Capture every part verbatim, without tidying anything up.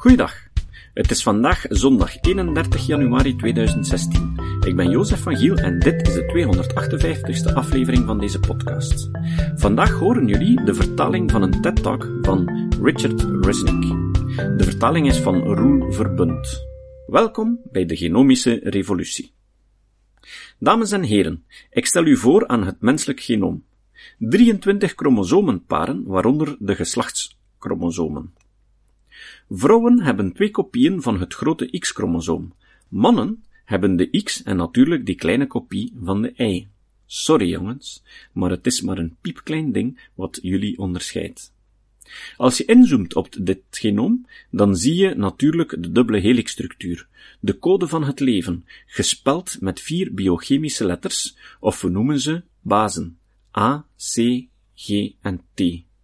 Goeiedag. Het is vandaag zondag eenendertig januari tweeduizend zestien. Ik ben Jozef van Giel en dit is de tweehonderdachtenvijftigste aflevering van deze podcast. Vandaag horen jullie de vertaling van een TED-talk van Richard Resnick. De vertaling is van Roel Verbund. Welkom bij de genomische revolutie. Dames en heren, ik stel u voor aan het menselijk genoom. drieëntwintig chromosomenparen, waaronder de geslachtschromosomen. Vrouwen hebben twee kopieën van het grote X-chromosoom. Mannen hebben de X en natuurlijk die kleine kopie van de Y. Sorry jongens, maar het is maar een piepklein ding wat jullie onderscheidt. Als je inzoomt op dit genoom, dan zie je natuurlijk de dubbele helixstructuur, de code van het leven, gespeld met vier biochemische letters, of we noemen ze bazen, A, C, G en T.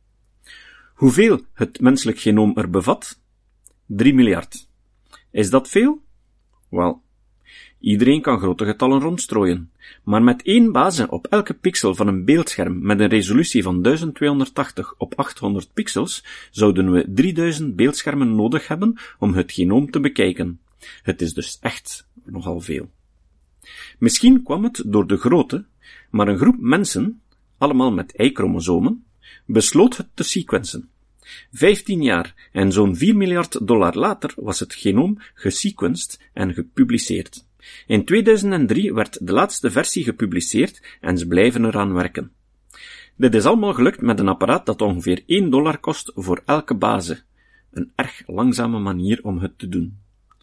Hoeveel het menselijk genoom er bevat? drie miljard. Is dat veel? Wel, iedereen kan grote getallen rondstrooien, maar met één base op elke pixel van een beeldscherm met een resolutie van duizend tweehonderdtachtig op achthonderd pixels zouden we drieduizend beeldschermen nodig hebben om het genoom te bekijken. Het is dus echt nogal veel. Misschien kwam het door de grootte, maar een groep mensen, allemaal met Y-chromosomen, besloot het te sequencen. Vijftien jaar en zo'n vier miljard dollar later was het genoom gesequenced en gepubliceerd. In tweeduizend drie werd de laatste versie gepubliceerd en ze blijven eraan werken. Dit is allemaal gelukt met een apparaat dat ongeveer één dollar kost voor elke base. Een erg langzame manier om het te doen.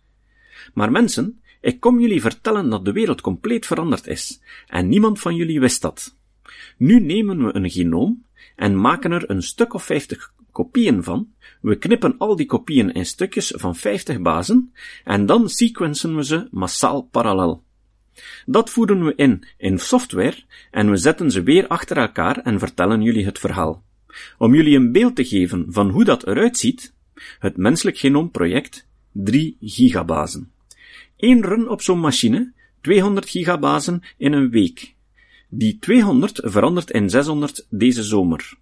Maar mensen, ik kom jullie vertellen dat de wereld compleet veranderd is, en niemand van jullie wist dat. Nu nemen we een genoom en maken er een stuk of vijftig kopieën van, we knippen al die kopieën in stukjes van vijftig bazen, en dan sequencen we ze massaal parallel. Dat voeren we in, in software, en we zetten ze weer achter elkaar en vertellen jullie het verhaal. Om jullie een beeld te geven van hoe dat eruit ziet, het menselijk genoomproject, drie gigabazen. Eén run op zo'n machine, tweehonderd gigabazen in een week. Die tweehonderd verandert in zeshonderd deze zomer.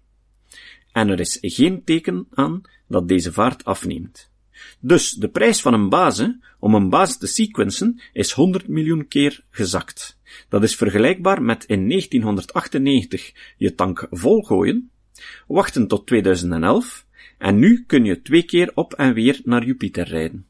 En er is geen teken aan dat deze vaart afneemt. Dus de prijs van een base, om een base te sequencen, is honderd miljoen keer gezakt. Dat is vergelijkbaar met in negentienhonderdachtennegentig je tank volgooien, wachten tot tweeduizend elf, en nu kun je twee keer op en weer naar Jupiter rijden.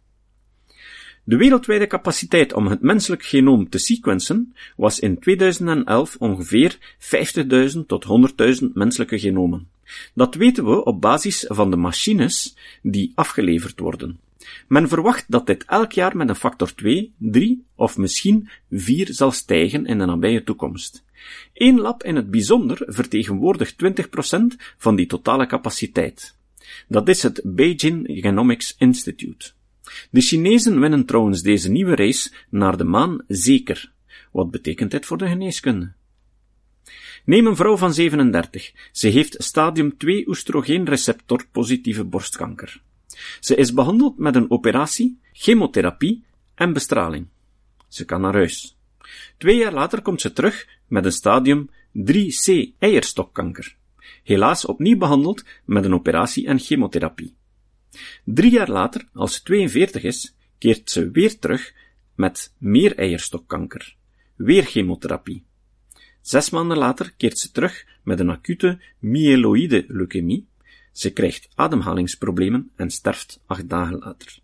De wereldwijde capaciteit om het menselijk genoom te sequencen was in tweeduizend elf ongeveer vijftigduizend tot honderdduizend menselijke genomen. Dat weten we op basis van de machines die afgeleverd worden. Men verwacht dat dit elk jaar met een factor twee, drie of misschien vier zal stijgen in de nabije toekomst. Eén lab in het bijzonder vertegenwoordigt twintig procent van die totale capaciteit. Dat is het Beijing Genomics Institute. De Chinezen winnen trouwens deze nieuwe race naar de maan zeker. Wat betekent dit voor de geneeskunde? Neem een vrouw van zevenendertig. Ze heeft stadium twee oestrogeenreceptor positieve borstkanker. Ze is behandeld met een operatie, chemotherapie en bestraling. Ze kan naar huis. Twee jaar later komt ze terug met een stadium drie C eierstokkanker. Helaas opnieuw behandeld met een operatie en chemotherapie. Drie jaar later, als ze tweeënveertig is, keert ze weer terug met meer eierstokkanker. Weer chemotherapie. Zes maanden later keert ze terug met een acute myeloïde leukemie. Ze krijgt ademhalingsproblemen en sterft acht dagen later.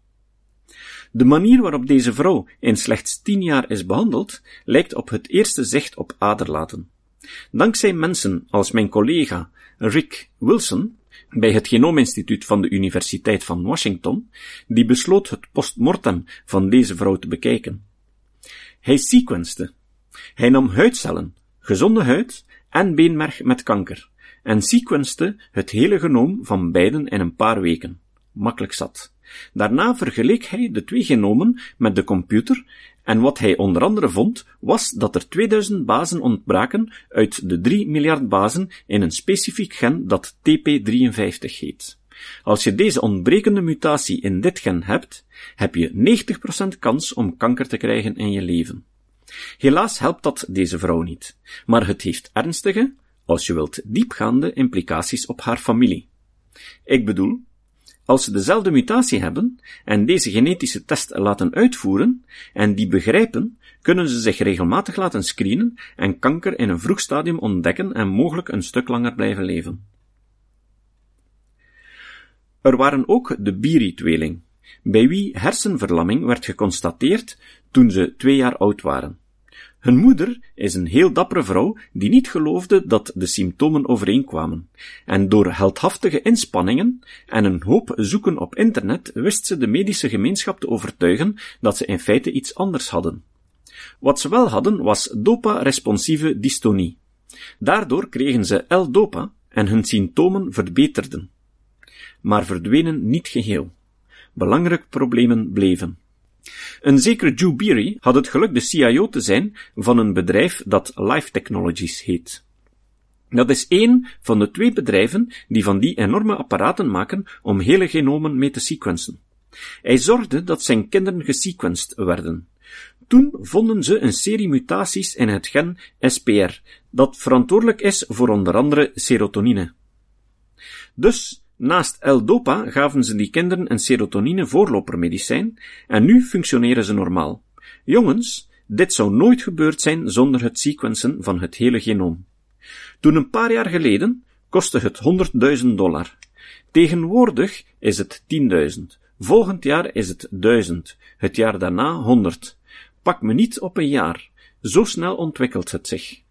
De manier waarop deze vrouw in slechts tien jaar is behandeld, lijkt op het eerste zicht op aderlaten. Dankzij mensen als mijn collega Rick Wilson, bij het Genoominstituut van de Universiteit van Washington, die besloot het postmortem van deze vrouw te bekijken. Hij sequencede. Hij nam huidcellen, gezonde huid en beenmerg met kanker, en sequencede het hele genoom van beiden in een paar weken. Makkelijk zat. Daarna vergeleek hij de twee genomen met de computer, en wat hij onder andere vond, was dat er tweeduizend bazen ontbraken uit de drie miljard bazen in een specifiek gen dat T P drieënvijftig heet. Als je deze ontbrekende mutatie in dit gen hebt, heb je negentig procent kans om kanker te krijgen in je leven. Helaas helpt dat deze vrouw niet, maar het heeft ernstige, als je wilt diepgaande implicaties op haar familie. Ik bedoel, Als ze dezelfde mutatie hebben en deze genetische test laten uitvoeren en die begrijpen, kunnen ze zich regelmatig laten screenen en kanker in een vroeg stadium ontdekken en mogelijk een stuk langer blijven leven. Er waren ook de Biri-tweeling, bij wie hersenverlamming werd geconstateerd toen ze twee jaar oud waren. Hun moeder is een heel dappere vrouw die niet geloofde dat de symptomen overeenkwamen, en door heldhaftige inspanningen en een hoop zoeken op internet wist ze de medische gemeenschap te overtuigen dat ze in feite iets anders hadden. Wat ze wel hadden was dopa-responsieve dystonie. Daardoor kregen ze L-dopa en hun symptomen verbeterden, maar verdwenen niet geheel. Belangrijke problemen bleven. Een zekere Drew Beery had het geluk de C I O te zijn van een bedrijf dat Life Technologies heet. Dat is één van de twee bedrijven die van die enorme apparaten maken om hele genomen mee te sequencen. Hij zorgde dat zijn kinderen gesequenced werden. Toen vonden ze een serie mutaties in het gen S P R, dat verantwoordelijk is voor onder andere serotonine. Dus, naast L-dopa gaven ze die kinderen een serotonine-voorlopermedicijn en nu functioneren ze normaal. Jongens, dit zou nooit gebeurd zijn zonder het sequencen van het hele genoom. Toen een paar jaar geleden kostte het honderdduizend dollar. Tegenwoordig is het tienduizend. Volgend jaar is het duizend. Het jaar daarna honderd. Pak me niet op een jaar. Zo snel ontwikkelt het zich.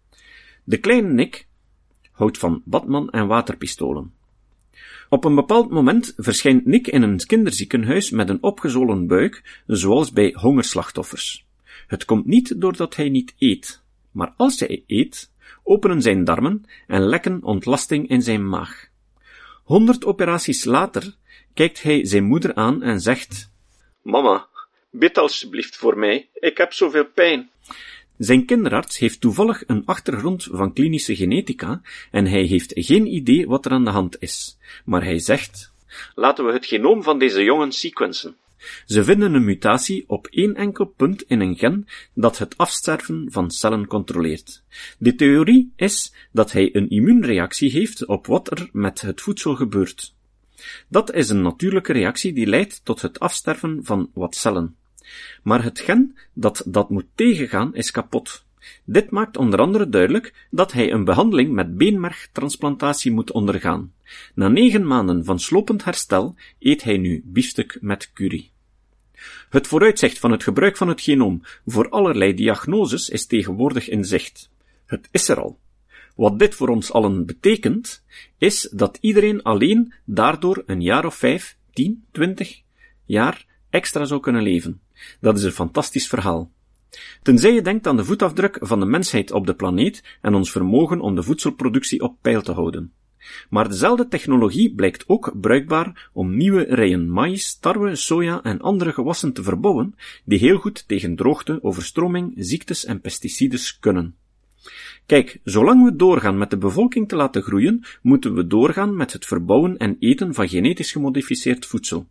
De kleine Nick houdt van Batman en waterpistolen. Op een bepaald moment verschijnt Nick in een kinderziekenhuis met een opgezwollen buik, zoals bij hongerslachtoffers. Het komt niet doordat hij niet eet, maar als hij eet, openen zijn darmen en lekken ontlasting in zijn maag. Honderd operaties later kijkt hij zijn moeder aan en zegt: Mama, bid alsjeblieft voor mij, ik heb zoveel pijn. Zijn kinderarts heeft toevallig een achtergrond van klinische genetica en hij heeft geen idee wat er aan de hand is. Maar hij zegt: laten we het genoom van deze jongen sequencen. Ze vinden een mutatie op één enkel punt in een gen dat het afsterven van cellen controleert. De theorie is dat hij een immuunreactie heeft op wat er met het voedsel gebeurt. Dat is een natuurlijke reactie die leidt tot het afsterven van wat cellen. Maar het gen dat dat moet tegengaan is kapot. Dit maakt onder andere duidelijk dat hij een behandeling met beenmergtransplantatie moet ondergaan. Na negen maanden van slopend herstel eet hij nu biefstuk met curry. Het vooruitzicht van het gebruik van het genoom voor allerlei diagnoses is tegenwoordig in zicht. Het is er al. Wat dit voor ons allen betekent, is dat iedereen alleen daardoor een jaar of vijf, tien, twintig jaar extra zou kunnen leven. Dat is een fantastisch verhaal. Tenzij je denkt aan de voetafdruk van de mensheid op de planeet en ons vermogen om de voedselproductie op peil te houden. Maar dezelfde technologie blijkt ook bruikbaar om nieuwe rijen maïs, tarwe, soja en andere gewassen te verbouwen, die heel goed tegen droogte, overstroming, ziektes en pesticides kunnen. Kijk, zolang we doorgaan met de bevolking te laten groeien, moeten we doorgaan met het verbouwen en eten van genetisch gemodificeerd voedsel.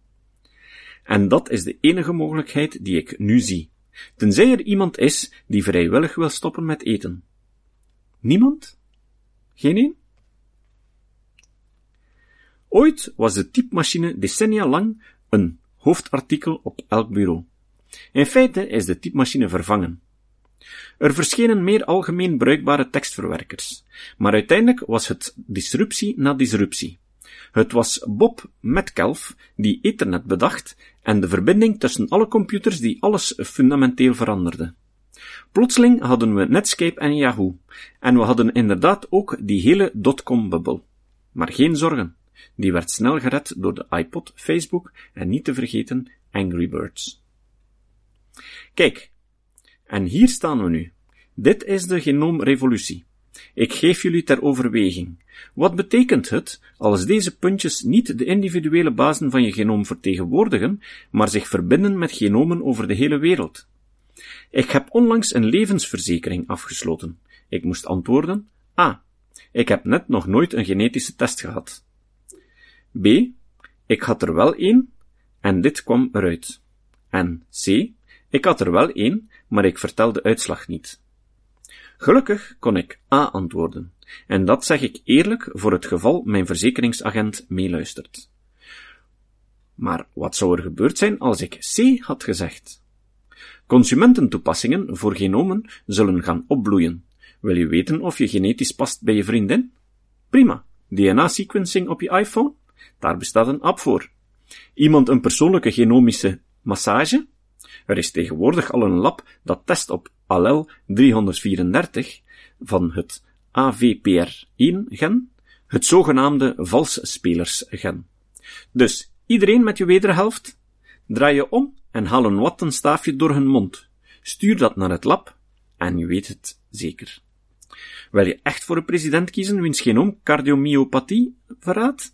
En dat is de enige mogelijkheid die ik nu zie. Tenzij er iemand is die vrijwillig wil stoppen met eten. Niemand? Geen één? Ooit was de typemachine decennia lang een hoofdartikel op elk bureau. In feite is de typemachine vervangen. Er verschenen meer algemeen bruikbare tekstverwerkers, maar uiteindelijk was het disruptie na disruptie. Het was Bob Metcalfe die Ethernet bedacht en de verbinding tussen alle computers die alles fundamenteel veranderde. Plotseling hadden we Netscape en Yahoo, en we hadden inderdaad ook die hele dotcom-bubbel. Maar geen zorgen, die werd snel gered door de iPod, Facebook en niet te vergeten Angry Birds. Kijk, en hier staan we nu. Dit is de genoomrevolutie. Ik geef jullie ter overweging. Wat betekent het als deze puntjes niet de individuele bazen van je genoom vertegenwoordigen, maar zich verbinden met genomen over de hele wereld? Ik heb onlangs een levensverzekering afgesloten. Ik moest antwoorden: A. Ik heb net nog nooit een genetische test gehad. B. Ik had er wel één, en dit kwam eruit. En C. Ik had er wel één, maar ik vertel de uitslag niet. Gelukkig kon ik A antwoorden, en dat zeg ik eerlijk voor het geval mijn verzekeringsagent meeluistert. Maar wat zou er gebeurd zijn als ik C had gezegd? Consumententoepassingen voor genomen zullen gaan opbloeien. Wil je weten of je genetisch past bij je vriendin? Prima. D N A-sequencing op je iPhone? Daar bestaat een app voor. Iemand een persoonlijke genomische massage? Er is tegenwoordig al een lab dat test op allel driehonderdvierendertig van het A V P R één gen, het zogenaamde valsspelersgen. Dus, iedereen met je wederhelft? Draai je om en haal een wattenstaafje door hun mond. Stuur dat naar het lab en je weet het zeker. Wil je echt voor een president kiezen wiens genoom cardiomyopathie verraadt?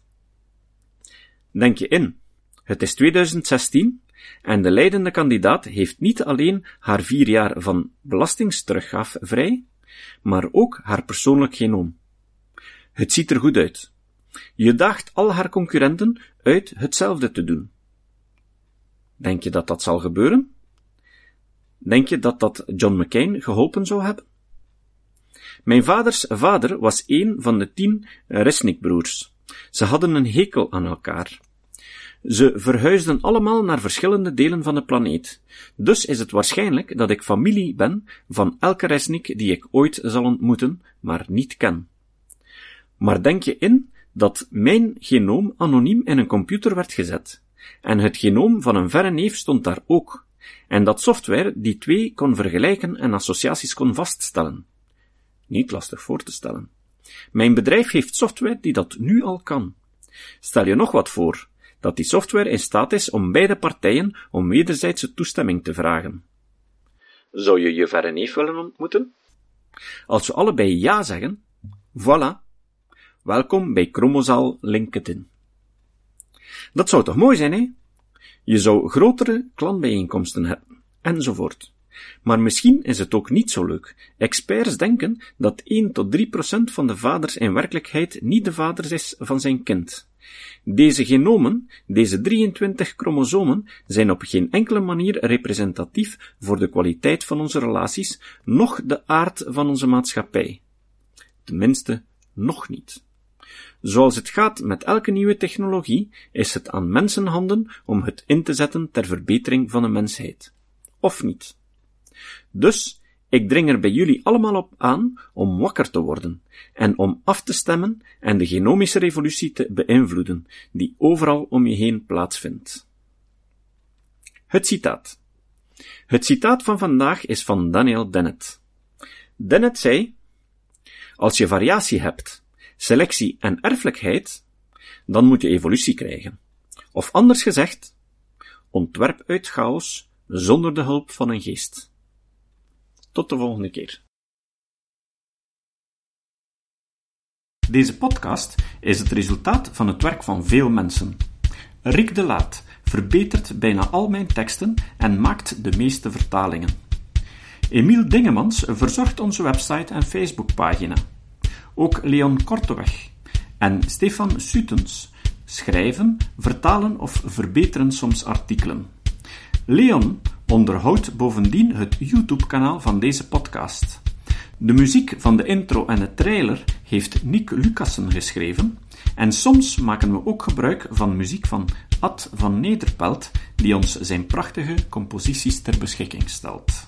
Denk je in. Het is tweeduizend zestien en de leidende kandidaat heeft niet alleen haar vier jaar van belastingteruggaaf vrij, maar ook haar persoonlijk genoom. Het ziet er goed uit. Je daagt al haar concurrenten uit hetzelfde te doen. Denk je dat dat zal gebeuren? Denk je dat dat John McCain geholpen zou hebben? Mijn vaders vader was een van de tien Resnick-broers. Ze hadden een hekel aan elkaar. Ze verhuisden allemaal naar verschillende delen van de planeet. Dus is het waarschijnlijk dat ik familie ben van elke Resnick die ik ooit zal ontmoeten, maar niet ken. Maar denk je in dat mijn genoom anoniem in een computer werd gezet, en het genoom van een verre neef stond daar ook, en dat software die twee kon vergelijken en associaties kon vaststellen? Niet lastig voor te stellen. Mijn bedrijf heeft software die dat nu al kan. Stel je nog wat voor, dat die software in staat is om beide partijen om wederzijdse toestemming te vragen. Zou je je verre neef willen ontmoeten? Als we allebei ja zeggen, voilà, welkom bij Chromosaal LinkedIn. Dat zou toch mooi zijn, hè? Je zou grotere klantbijeenkomsten hebben, enzovoort. Maar misschien is het ook niet zo leuk. Experts denken dat één tot drie procent van de vaders in werkelijkheid niet de vader is van zijn kind. Deze genomen, deze drieëntwintig chromosomen, zijn op geen enkele manier representatief voor de kwaliteit van onze relaties, noch de aard van onze maatschappij. Tenminste, nog niet. Zoals het gaat met elke nieuwe technologie, is het aan mensenhanden om het in te zetten ter verbetering van de mensheid. Of niet? Dus, ik dring er bij jullie allemaal op aan om wakker te worden en om af te stemmen en de genomische revolutie te beïnvloeden, die overal om je heen plaatsvindt. Het citaat. Het citaat van vandaag is van Daniel Dennett. Dennett zei: als je variatie hebt, selectie en erfelijkheid, dan moet je evolutie krijgen. Of anders gezegd, ontwerp uit chaos zonder de hulp van een geest. Tot de volgende keer. Deze podcast is het resultaat van het werk van veel mensen. Rick de Laat verbetert bijna al mijn teksten en maakt de meeste vertalingen. Emiel Dingemans verzorgt onze website en Facebookpagina. Ook Leon Korteweg en Stefan Sutens schrijven, vertalen of verbeteren soms artikelen. Leon onderhoudt bovendien het YouTube-kanaal van deze podcast. De muziek van de intro en de trailer heeft Nick Lucassen geschreven en soms maken we ook gebruik van muziek van Ad van Nederpelt, die ons zijn prachtige composities ter beschikking stelt.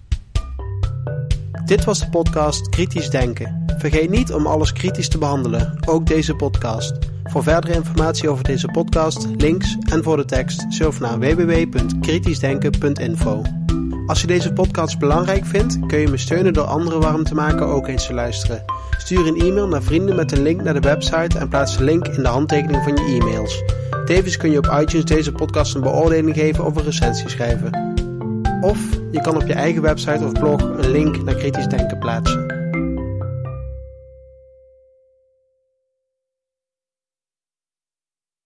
Dit was de podcast Kritisch Denken. Vergeet niet om alles kritisch te behandelen, ook deze podcast. Voor verdere informatie over deze podcast, links en voor de tekst, surf naar w w w punt kritisch denken punt info. Als je deze podcast belangrijk vindt, kun je me steunen door anderen warm te maken ook eens te luisteren. Stuur een e-mail naar vrienden met een link naar de website en plaats de link in de handtekening van je e-mails. Tevens kun je op iTunes deze podcast een beoordeling geven of een recensie schrijven. Of je kan op je eigen website of blog een link naar Kritisch Denken plaatsen.